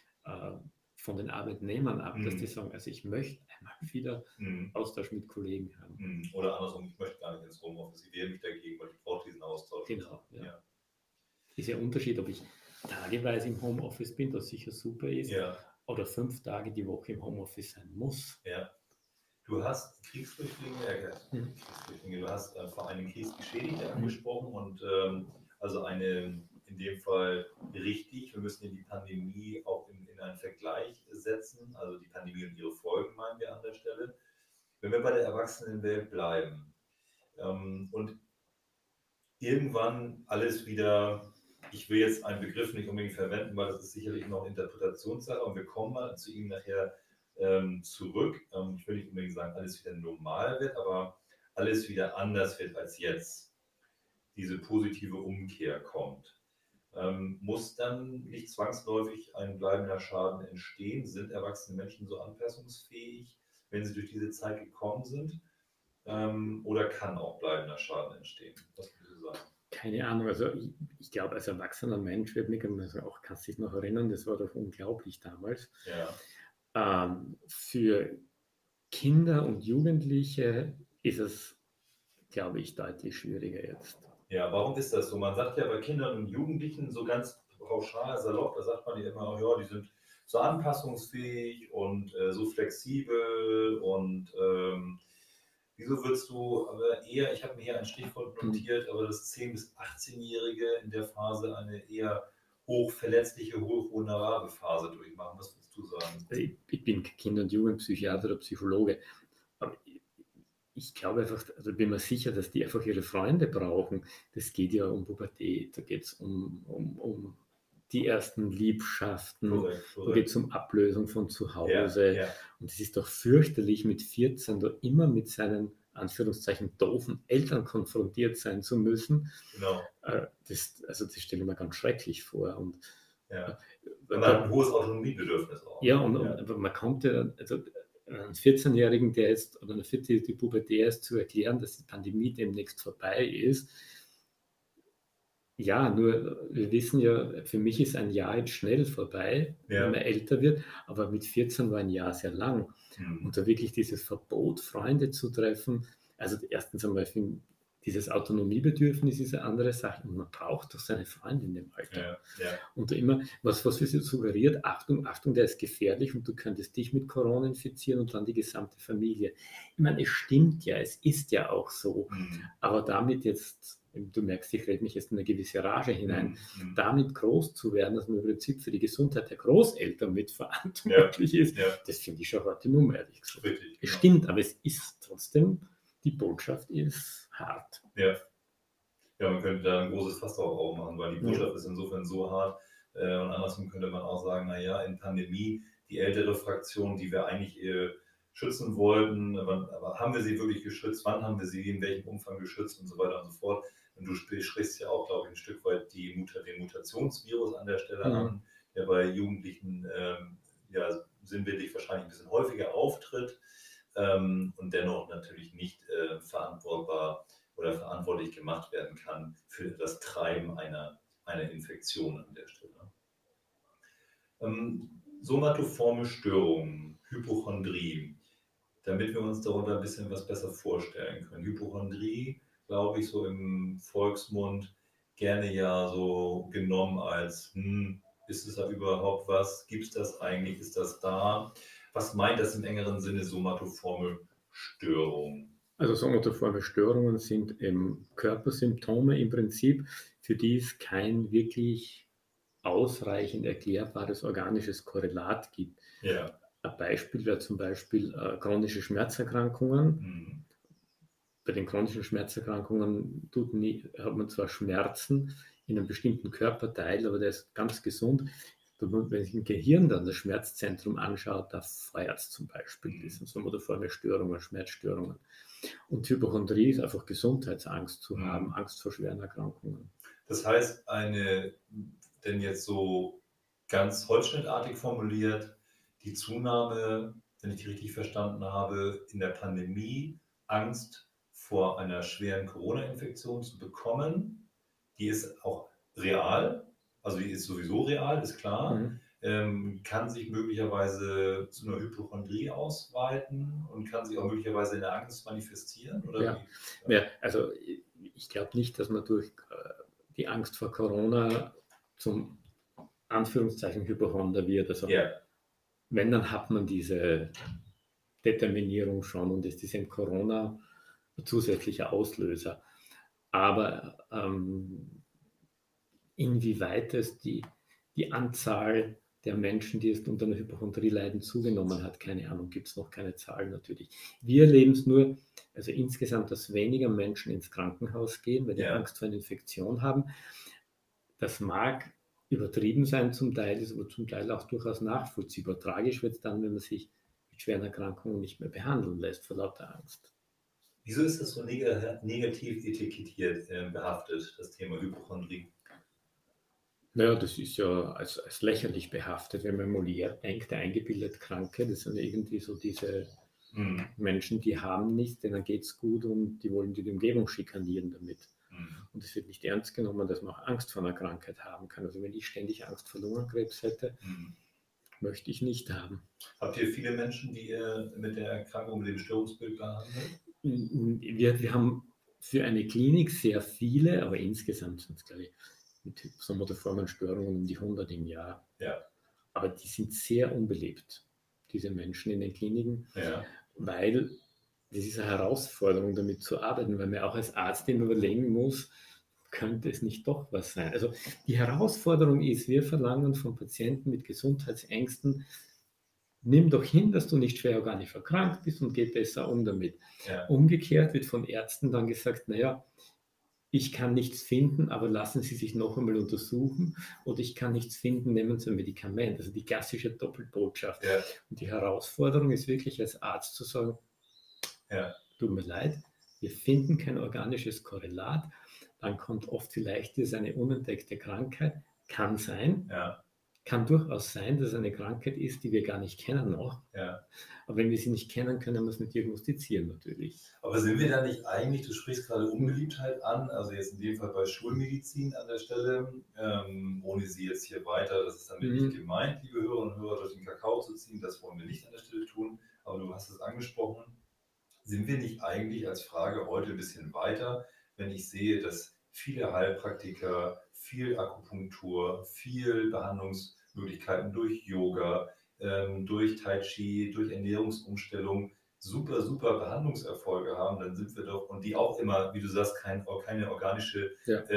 von den Arbeitnehmern ab, dass die sagen, also ich möchte einmal wieder Austausch mit Kollegen haben. Oder andersrum, ich möchte gar nicht ins Homeoffice, ich wehre mich dagegen, weil ich brauche diesen Austausch. Genau, ja. Ist ja ein Unterschied, ob ich tageweise im Homeoffice bin, was sicher super ist, oder 5 Tage die Woche im Homeoffice sein muss. Ja. Du hast Kriegsflüchtlinge, du hast vor allem Kriegsgeschädigte angesprochen und also eine, in dem Fall richtig, wir müssen die Pandemie auch in einen Vergleich setzen, also die Pandemie und ihre Folgen meinen wir an der Stelle. Wenn wir bei der Erwachsenenwelt bleiben und irgendwann alles wieder, ich will jetzt einen Begriff nicht unbedingt verwenden, weil das ist sicherlich noch Interpretationssache und wir kommen mal zu ihm nachher zurück. Ich will nicht unbedingt sagen, alles wieder normal wird, aber alles wieder anders wird als jetzt. Diese positive Umkehr kommt. Muss dann nicht zwangsläufig ein bleibender Schaden entstehen? Sind erwachsene Menschen so anpassungsfähig, wenn sie durch diese Zeit gekommen sind? Oder kann auch bleibender Schaden entstehen? Was würdest du sagen? Keine Ahnung, also ich glaube, als erwachsener Mensch wird mich auch, kannst du dich noch erinnern, das war doch unglaublich damals. Für Kinder und Jugendliche ist es, glaube ich, deutlich schwieriger jetzt. Ja, warum ist das so? Man sagt ja bei Kindern und Jugendlichen so ganz pauschal, salopp, da sagt man ja immer, ja, die sind so anpassungsfähig und so flexibel und wieso würdest du aber eher, ich habe mir hier ein Stichwort notiert, aber das 10- bis 18-Jährige in der Phase eine eher hochverletzliche, hochvulnerable Phase durchmachen? Was würdest du sagen? Ich bin Kinder- und Jugendpsychiater oder Psychologe, aber ich glaube einfach, also bin mir sicher, dass die einfach ihre Freunde brauchen. Das geht ja um Pubertät, da geht es um die ersten Liebschaften, da geht es um Ablösung von zu Hause. Und es ist doch fürchterlich, mit 14 da immer mit seinen, Anführungszeichen, doofen Eltern konfrontiert sein zu müssen. Genau. Das stelle ich mir ganz schrecklich vor. Und man hat ein hohes Autonomiebedürfnis auch. Ja, und man kommt ja, also einen 14-Jährigen, der jetzt, oder eine 14-Jährige, die pubertär ist, zu erklären, dass die Pandemie demnächst vorbei ist. Ja, nur wir wissen ja, für mich ist ein Jahr jetzt schnell vorbei, wenn man älter wird, aber mit 14 war ein Jahr sehr lang. Und da wirklich dieses Verbot, Freunde zu treffen, also erstens einmal dieses Autonomiebedürfnis ist eine andere Sache und man braucht doch seine Freundin im Alter. Und da immer, was wir suggeriert, Achtung, Achtung, der ist gefährlich und du könntest dich mit Corona infizieren und dann die gesamte Familie. Ich meine, es stimmt ja, es ist ja auch so, aber damit jetzt, du merkst, ich rede mich jetzt in eine gewisse Rage hinein, damit groß zu werden, dass man im Prinzip für die Gesundheit der Großeltern mitverantwortlich ist, das finde ich schon heute Nummer, ehrlich gesagt. Richtig, es stimmt, aber es ist trotzdem, die Botschaft ist hart. Ja, man könnte da ein großes Fass drauf aufmachen, weil die Botschaft ist insofern so hart. Und andersrum könnte man auch sagen, naja, in Pandemie, die ältere Fraktion, die wir eigentlich schützen wollten, aber haben wir sie wirklich geschützt? Wann haben wir sie in welchem Umfang geschützt und so weiter und so fort? Und du sprichst ja auch, glaube ich, ein Stück weit den Mutationsvirus an der Stelle an, der bei Jugendlichen sinnbildlich wahrscheinlich ein bisschen häufiger auftritt. Und dennoch natürlich nicht verantwortbar oder verantwortlich gemacht werden kann für das Treiben einer Infektion an der Stelle. Somatoforme Störungen, Hypochondrie, damit wir uns darunter ein bisschen was besser vorstellen können. Hypochondrie, glaube ich, so im Volksmund gerne ja so genommen als, ist es da überhaupt was? Gibt es das eigentlich? Ist das da? Was meint das im engeren Sinne somatoforme Störungen? Also somatoforme Störungen sind Körpersymptome im Prinzip, für die es kein wirklich ausreichend erklärbares organisches Korrelat gibt. Ja. Ein Beispiel wäre zum Beispiel chronische Schmerzerkrankungen. Mhm. Bei den chronischen Schmerzerkrankungen hat man zwar Schmerzen in einem bestimmten Körperteil, aber der ist ganz gesund. Wenn sich im Gehirn dann das Schmerzzentrum anschaut, da feuert es zum Beispiel. Das sind so motoriforme Störungen, Schmerzstörungen. Und Hypochondrie ist einfach Gesundheitsangst zu haben, Angst vor schweren Erkrankungen. Das heißt, denn jetzt so ganz holzschnittartig formuliert, die Zunahme, wenn ich die richtig verstanden habe, in der Pandemie, Angst vor einer schweren Corona-Infektion zu bekommen, die ist auch real, also die ist sowieso real, ist klar, kann sich möglicherweise zu einer Hypochondrie ausweiten und kann sich auch möglicherweise in der Angst manifestieren? Oder ja. Also ich glaube nicht, dass man durch die Angst vor Corona zum Anführungszeichen Hypochonder wird. Also wenn, dann hat man diese Determinierung schon und ist diesem Corona ein zusätzlicher Auslöser. Aber inwieweit es die Anzahl der Menschen, die jetzt unter einer Hypochondrie leiden, zugenommen hat, keine Ahnung, gibt es noch keine Zahlen natürlich. Wir erleben es nur, also insgesamt, dass weniger Menschen ins Krankenhaus gehen, weil die Angst vor einer Infektion haben. Das mag übertrieben sein zum Teil, ist aber zum Teil auch durchaus nachvollziehbar. Tragisch wird es dann, wenn man sich mit schweren Erkrankungen nicht mehr behandeln lässt vor lauter Angst. Wieso ist das so negativ etikettiert, behaftet, das Thema Hypochondrie? Naja, das ist ja als lächerlich behaftet, wenn man Molière denkt, der eingebildet Kranke, das sind irgendwie so diese Menschen, die haben nichts, denen geht es gut und die wollen die Umgebung schikanieren damit. Und es wird nicht ernst genommen, dass man auch Angst vor einer Krankheit haben kann. Also wenn ich ständig Angst vor Lungenkrebs hätte, möchte ich nicht haben. Habt ihr viele Menschen, die ihr mit der Erkrankung, mit dem Störungsbild behandelt? Wir haben für eine Klinik sehr viele, aber insgesamt sind es, glaube ich, mit somatoformen Störungen um die 100 im Jahr. Ja. Aber die sind sehr unbeliebt, diese Menschen in den Kliniken, weil das ist eine Herausforderung, damit zu arbeiten, weil man auch als Arzt immer überlegen muss, könnte es nicht doch was sein. Also die Herausforderung ist, wir verlangen von Patienten mit Gesundheitsängsten, nimm doch hin, dass du nicht schwer organisch erkrankt bist und geh besser um damit. Ja. Umgekehrt wird von Ärzten dann gesagt, naja, ich kann nichts finden, aber lassen Sie sich noch einmal untersuchen, oder ich kann nichts finden, nehmen Sie ein Medikament. Also die klassische Doppelbotschaft. Ja. Und die Herausforderung ist wirklich als Arzt zu sagen, tut mir leid, wir finden kein organisches Korrelat, dann kommt oft vielleicht ist eine unentdeckte Krankheit, kann sein, kann durchaus sein, dass es eine Krankheit ist, die wir gar nicht kennen noch. Aber wenn wir sie nicht kennen, können wir es nicht diagnostizieren natürlich. Aber sind wir da nicht eigentlich, du sprichst gerade Unbeliebtheit an, also jetzt in dem Fall bei Schulmedizin an der Stelle, ohne sie jetzt hier weiter, das ist damit nicht gemeint, liebe Hörerinnen und Hörer, durch den Kakao zu ziehen, das wollen wir nicht an der Stelle tun, aber du hast es angesprochen. Sind wir nicht eigentlich als Frage heute ein bisschen weiter, wenn ich sehe, dass viele Heilpraktiker, viel Akupunktur, viel Behandlungsmöglichkeiten durch Yoga, durch Tai Chi, durch Ernährungsumstellung super, super Behandlungserfolge haben, dann sind wir doch, und die auch immer, wie du sagst, keine organische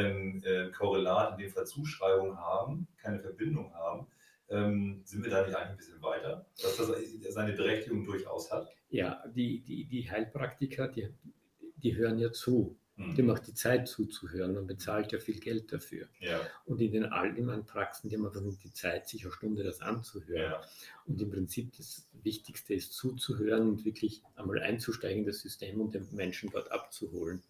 Korrelat, in dem Fall Zuschreibung haben, keine Verbindung haben, sind wir da nicht eigentlich ein bisschen weiter, dass das seine Berechtigung durchaus hat? Ja, die Heilpraktiker, die hören ja zu. Die haben auch die Zeit zuzuhören. Man bezahlt ja viel Geld dafür. Und in den allgemeinen Praxen, die haben einfach nicht die Zeit, sich eine Stunde das anzuhören. Und im Prinzip das Wichtigste ist zuzuhören und wirklich einmal einzusteigen in das System und den Menschen dort abzuholen.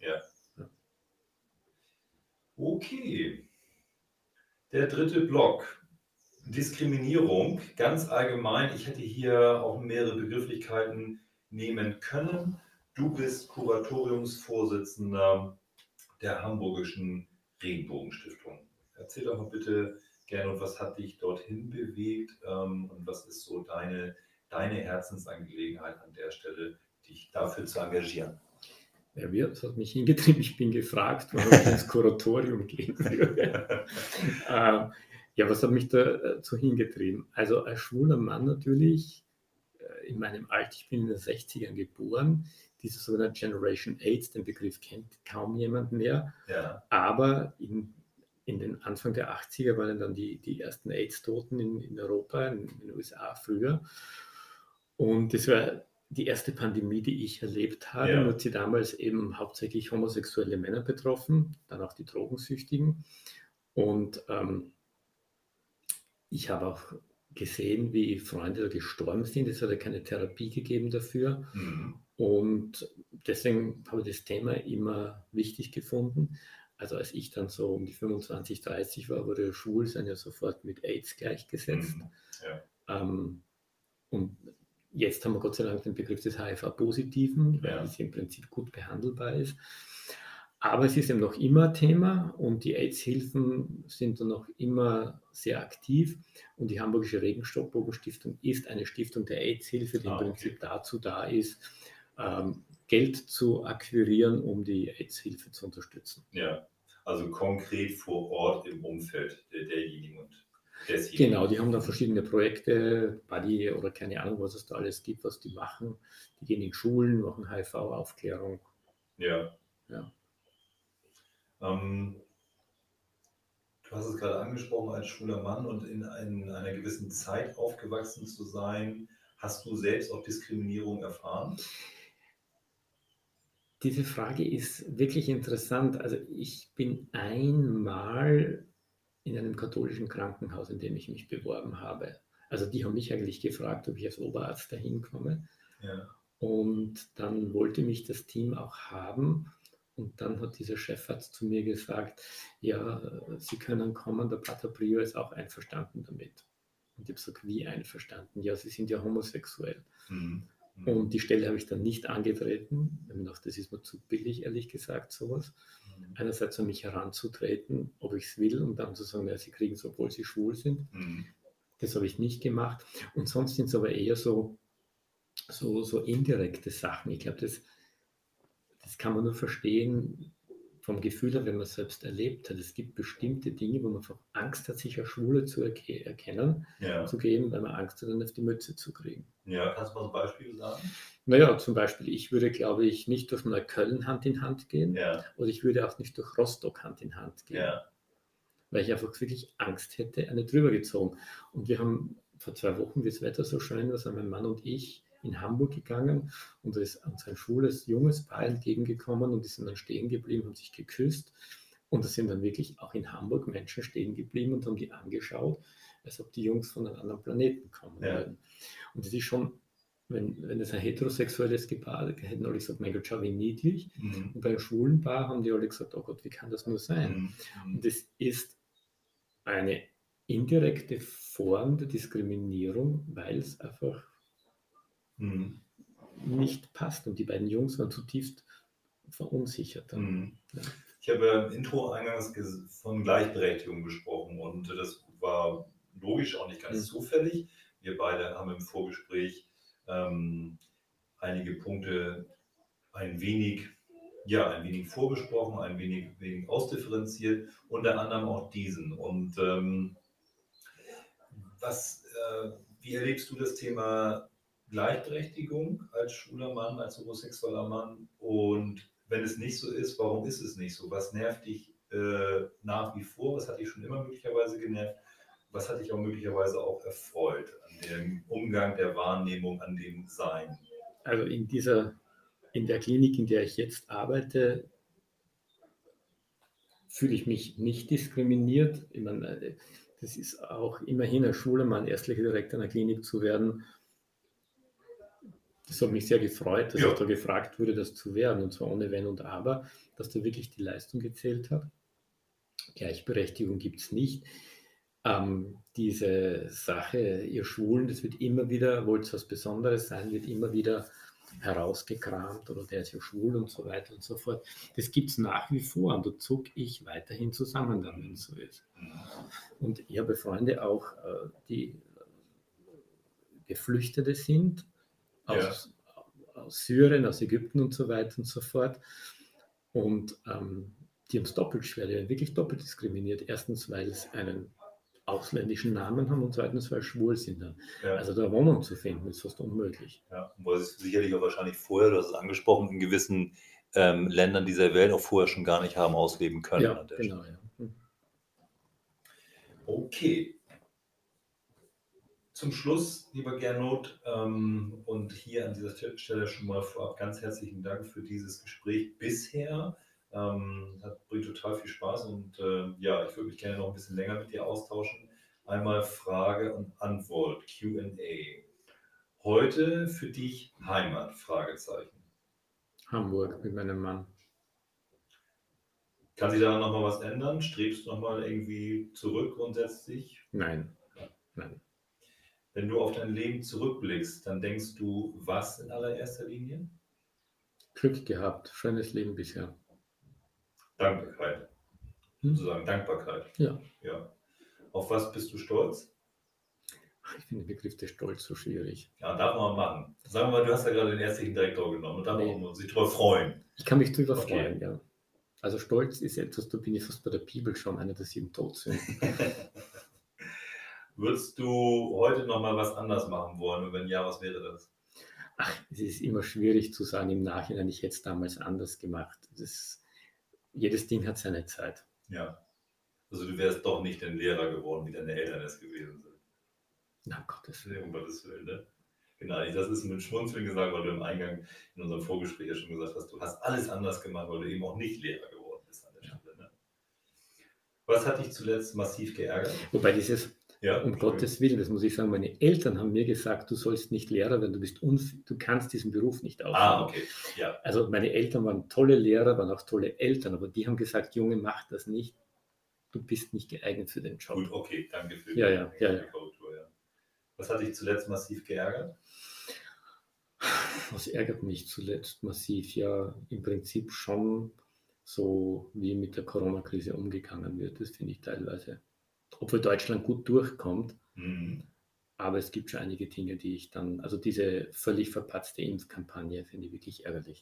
Okay. Der dritte Block. Diskriminierung, ganz allgemein. Ich hätte hier auch mehrere Begrifflichkeiten nehmen können. Du bist Kuratoriumsvorsitzender der Hamburgischen Regenbogenstiftung. Erzähl doch mal bitte gerne, und was hat dich dorthin bewegt und was ist so deine Herzensangelegenheit an der Stelle, dich dafür zu engagieren? Ja, das hat mich hingetrieben. Ich bin gefragt, warum ich ins Kuratorium gehen würde. Ja, was hat mich dazu hingetrieben? Also als schwuler Mann natürlich, in meinem Alter, ich bin in den 60ern geboren, diese sogenannte Generation AIDS, den Begriff kennt kaum jemand mehr, aber in in den Anfang der 80er waren dann die ersten AIDS-Toten in Europa, in den USA früher. Und das war die erste Pandemie, die ich erlebt habe. Ja. Nur hat sie damals eben hauptsächlich homosexuelle Männer betroffen, dann auch die Drogensüchtigen. Und ich habe auch gesehen, wie Freunde da gestorben sind. Es hat ja keine Therapie gegeben dafür. Mhm. Und deswegen habe ich das Thema immer wichtig gefunden. Also als ich dann so um die 25, 30 war, wurde Schwulsein ja sofort mit AIDS gleichgesetzt. Mhm. Ja. Und jetzt haben wir Gott sei Dank den Begriff des HIV-Positiven, weil Ja. es im Prinzip gut behandelbar ist. Aber es ist eben noch immer Thema und die AIDS-Hilfen sind dann noch immer sehr aktiv. Und die Hamburgische Regenbogen-Stiftung ist eine Stiftung der AIDS-Hilfe, die im Prinzip dazu da ist, Geld zu akquirieren, um die AIDS-Hilfe zu unterstützen. Ja, also konkret vor Ort im Umfeld derjenigen und desjenigen. Genau, die haben dann verschiedene Projekte, Buddy oder keine Ahnung, was es da alles gibt, was die machen. Die gehen in Schulen, machen HIV-Aufklärung. Ja. Ja. Du hast es gerade angesprochen, als schwuler Mann und in einer gewissen Zeit aufgewachsen zu sein. Hast du selbst auch Diskriminierung erfahren? Diese Frage ist wirklich interessant. Also ich bin einmal in einem katholischen Krankenhaus, in dem ich mich beworben habe. Also die haben mich eigentlich gefragt, ob ich als Oberarzt dahin komme. Ja. Und dann wollte mich das Team auch haben. Und dann hat dieser Chefarzt zu mir gesagt, ja, Sie können kommen, der Pater Prior ist auch einverstanden damit. Und ich habe gesagt, wie einverstanden? Ja, Sie sind ja homosexuell. Mhm. Und die Stelle habe ich dann nicht angetreten. Ich habe gedacht, das ist mir zu billig, ehrlich gesagt, sowas. Mhm. Einerseits an mich heranzutreten, ob ich es will, und dann zu sagen, ja, Sie kriegen es, obwohl Sie schwul sind. Mhm. Das habe ich nicht gemacht. Und sonst sind es aber eher so indirekte Sachen. Ich glaube, das kann man nur verstehen vom Gefühl her, wenn man es selbst erlebt hat. Es gibt bestimmte Dinge, wo man einfach Angst hat, sich als Schwule zu erkennen, zu geben, weil man Angst hat, dann auf die Mütze zu kriegen. Ja, kannst du mal so Beispiele sagen? Naja, zum Beispiel, ich würde, glaube ich, nicht durch Neukölln Hand in Hand gehen, oder ich würde auch nicht durch Rostock Hand in Hand gehen, weil ich einfach wirklich Angst hätte, eine drüber gezogen. Und wir haben vor 2 Wochen, wie das Wetter so schön war, sind mein Mann und ich in Hamburg gegangen und da ist uns ein schwules, junges Paar entgegengekommen und die sind dann stehen geblieben, haben sich geküsst. Und da sind dann wirklich auch in Hamburg Menschen stehen geblieben und haben die angeschaut, als ob die Jungs von einem anderen Planeten kommen würden. Und das ist schon, wenn es ein heterosexuelles Paar, hätten alle gesagt, mein Gott, schau, wie niedlich. Mhm. Und beim schwulen Paar haben die alle gesagt, oh Gott, wie kann das nur sein? Mhm. Und das ist eine indirekte Form der Diskriminierung, weil es einfach nicht passt. Und die beiden Jungs waren zutiefst verunsichert. Ja. Ich habe im Intro eingangs von Gleichberechtigung gesprochen und das war logisch auch nicht ganz zufällig. Wir beide haben im Vorgespräch einige Punkte ein wenig vorbesprochen, ein wenig ausdifferenziert, unter anderem auch diesen. Und wie erlebst du das Thema Gleichberechtigung als schwuler Mann, als homosexueller Mann? Und wenn es nicht so ist, warum ist es nicht so? Was nervt dich nach wie vor? Was hat dich schon immer möglicherweise genervt? Was hat dich auch möglicherweise auch erfreut an dem Umgang, der Wahrnehmung, an dem Sein? Also in der Klinik, in der ich jetzt arbeite, fühle ich mich nicht diskriminiert. Ich meine, das ist auch immerhin ein schwuler Mann, ärztlicher Direktor einer Klinik zu werden. Das hat mich sehr gefreut, dass ich da gefragt wurde, das zu werden, und zwar ohne Wenn und Aber, dass da wirklich die Leistung gezählt hat. Gleichberechtigung gibt es nicht. Diese Sache, ihr Schwulen, das wird immer wieder, wollt es was Besonderes sein, wird immer wieder herausgekramt, oder der ist ja schwul und so weiter und so fort. Das gibt es nach wie vor und da zucke ich weiterhin zusammen, wenn es so ist. Und ich habe Freunde auch, die Geflüchtete sind, aus Syrien, aus Ägypten und so weiter und so fort. Und die haben es doppelt schwer, die werden wirklich doppelt diskriminiert. Erstens, weil es einen ausländischen Namen haben und zweitens, weil schwul sind dann. Also da Wohnung zu finden, ist fast unmöglich. Ja, wo es sicherlich auch wahrscheinlich vorher, du hast es angesprochen, in gewissen Ländern dieser Welt auch vorher schon gar nicht haben ausleben können. Ja, genau, ja. Okay. Zum Schluss, lieber Gernot, und hier an dieser Stelle schon mal vorab ganz herzlichen Dank für dieses Gespräch bisher. Bringt total viel Spaß und ja, ich würde mich gerne noch ein bisschen länger mit dir austauschen. Einmal Frage und Antwort, Q&A. Heute für dich Heimat? Fragezeichen. Hamburg mit meinem Mann. Kann sich daran nochmal was ändern? Strebst du nochmal irgendwie zurück grundsätzlich? Nein, nein. Wenn du auf dein Leben zurückblickst, dann denkst du was in allererster Linie? Glück gehabt, schönes Leben bisher. Dankbarkeit. Sozusagen Dankbarkeit. Ja. Ja. Auf was bist du stolz? Ich finde den Begriff des Stolz so schwierig. Ja, darf man machen. Sagen wir mal, du hast ja gerade den ärztlichen Direktor genommen und da Nee. muss man sich drüber freuen. Ich kann mich drüber Okay. freuen, ja. Also Stolz ist etwas, da bin ich fast bei der Bibel schon, einer der 7 Todsünden. Würdest du heute nochmal was anders machen wollen? Und wenn ja, was wäre das? Ach, es ist immer schwierig zu sagen im Nachhinein, ich hätte es damals anders gemacht. Jedes Ding hat seine Zeit. Ja. Also du wärst doch nicht ein Lehrer geworden, wie deine Eltern es gewesen sind. Na, Gottes Willen. Um Gottes Willen, ne? Genau, das ist mit Schmunzeln gesagt, weil du im Eingang in unserem Vorgespräch ja schon gesagt hast, du hast alles anders gemacht, weil du eben auch nicht Lehrer geworden bist an der Stelle. Ne? Was hat dich zuletzt massiv geärgert? Wobei dieses, ja, um Gottes Willen, das muss ich sagen, meine Eltern haben mir gesagt, du sollst nicht Lehrer werden, du kannst diesen Beruf nicht ausüben. Ah, okay, ja. Also meine Eltern waren tolle Lehrer, waren auch tolle Eltern, aber die haben gesagt, Junge, mach das nicht, du bist nicht geeignet für den Job. Gut, okay, danke für die Korrektur. Ja. Was hat dich zuletzt massiv geärgert? Was ärgert mich zuletzt massiv? Ja, im Prinzip schon so, wie mit der Corona-Krise umgegangen wird. Das finde ich teilweise, obwohl Deutschland gut durchkommt, aber es gibt schon einige Dinge, die ich dann, also diese völlig verpatzte Impfkampagne finde ich wirklich ärgerlich.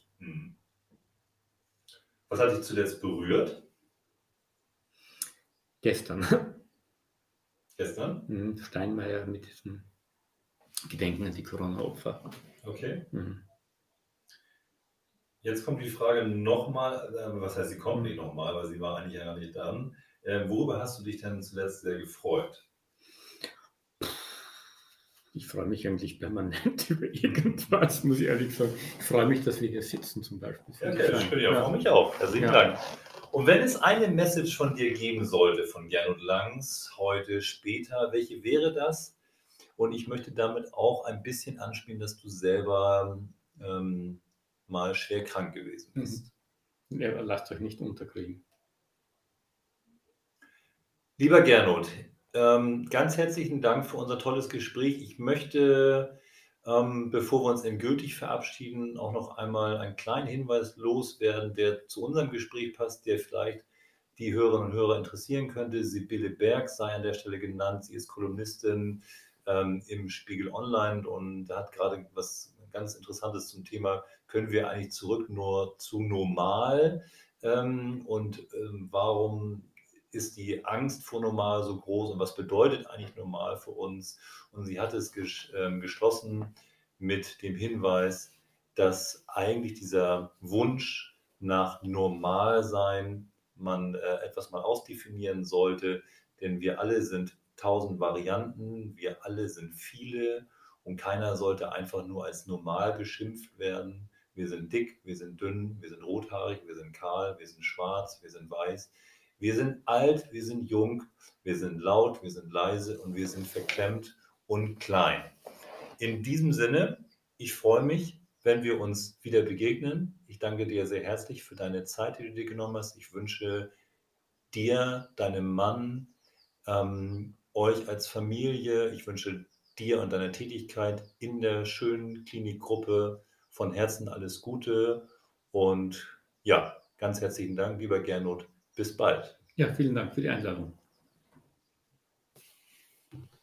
Was hat dich zuletzt berührt? Gestern. Gestern? Steinmeier mit diesem Gedenken an die Corona-Opfer. Okay. Jetzt kommt die Frage nochmal, was heißt, sie kommt nicht nochmal, weil sie war eigentlich ja gar nicht dran. Worüber hast du dich denn zuletzt sehr gefreut? Ich freue mich eigentlich permanent über irgendwas, muss ich ehrlich sagen. Ich freue mich, dass wir hier sitzen zum Beispiel. Okay, das stimmt, ja, freue mich auch. Herzlichen Dank. Und wenn es eine Message von dir geben sollte, von Gernot Langs, heute, später, welche wäre das? Und ich möchte damit auch ein bisschen anspielen, dass du selber mal schwer krank gewesen bist. Ja, lasst euch nicht unterkriegen. Lieber Gernot, ganz herzlichen Dank für unser tolles Gespräch. Ich möchte, bevor wir uns endgültig verabschieden, auch noch einmal einen kleinen Hinweis loswerden, der zu unserem Gespräch passt, der vielleicht die Hörerinnen und Hörer interessieren könnte. Sibylle Berg sei an der Stelle genannt. Sie ist Kolumnistin im Spiegel Online und hat gerade was ganz Interessantes zum Thema, können wir eigentlich zurück nur zu normal? Warum ist die Angst vor normal so groß und was bedeutet eigentlich normal für uns? Und sie hat es geschlossen mit dem Hinweis, dass eigentlich dieser Wunsch nach Normalsein man etwas mal ausdefinieren sollte, denn wir alle sind 1000 Varianten, wir alle sind viele und keiner sollte einfach nur als normal beschimpft werden. Wir sind dick, wir sind dünn, wir sind rothaarig, wir sind kahl, wir sind schwarz, wir sind weiß. Wir sind alt, wir sind jung, wir sind laut, wir sind leise und wir sind verklemmt und klein. In diesem Sinne, ich freue mich, wenn wir uns wieder begegnen. Ich danke dir sehr herzlich für deine Zeit, die du dir genommen hast. Ich wünsche dir, deinem Mann, euch als Familie, ich wünsche dir und deiner Tätigkeit in der schönen Klinikgruppe von Herzen alles Gute und ja, ganz herzlichen Dank, lieber Gernot. Bis bald. Ja, vielen Dank für die Einladung.